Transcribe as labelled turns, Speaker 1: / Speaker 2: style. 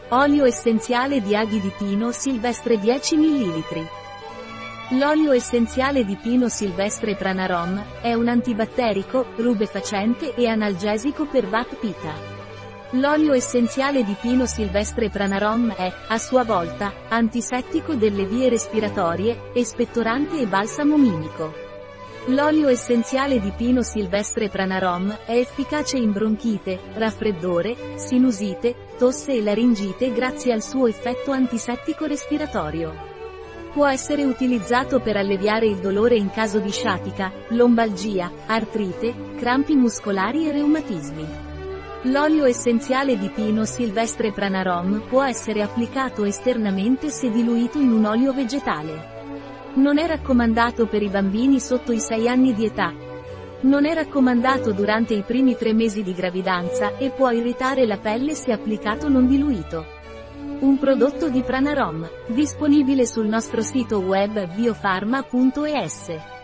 Speaker 1: Olio essenziale di aghi di pino silvestre 10 ml. L'olio essenziale di pino silvestre Pranarom è un antibatterico, rubefacente e analgesico per Vata Pitta. L'olio essenziale di pino silvestre Pranarom è, a sua volta, antisettico delle vie respiratorie, espettorante e balsamo mimico. L'olio essenziale di pino silvestre Pranarom è efficace in bronchite, raffreddore, sinusite, tosse e laringite grazie al suo effetto antisettico respiratorio. Può essere utilizzato per alleviare il dolore in caso di sciatica, lombalgia, artrite, crampi muscolari e reumatismi. L'olio essenziale di pino silvestre Pranarom può essere applicato esternamente se diluito in un olio vegetale. Non è raccomandato per i bambini sotto i 6 anni di età. Non è raccomandato durante i primi 3 mesi di gravidanza e può irritare la pelle se applicato non diluito. Un prodotto di Pranarom, disponibile sul nostro sito web biofarma.es.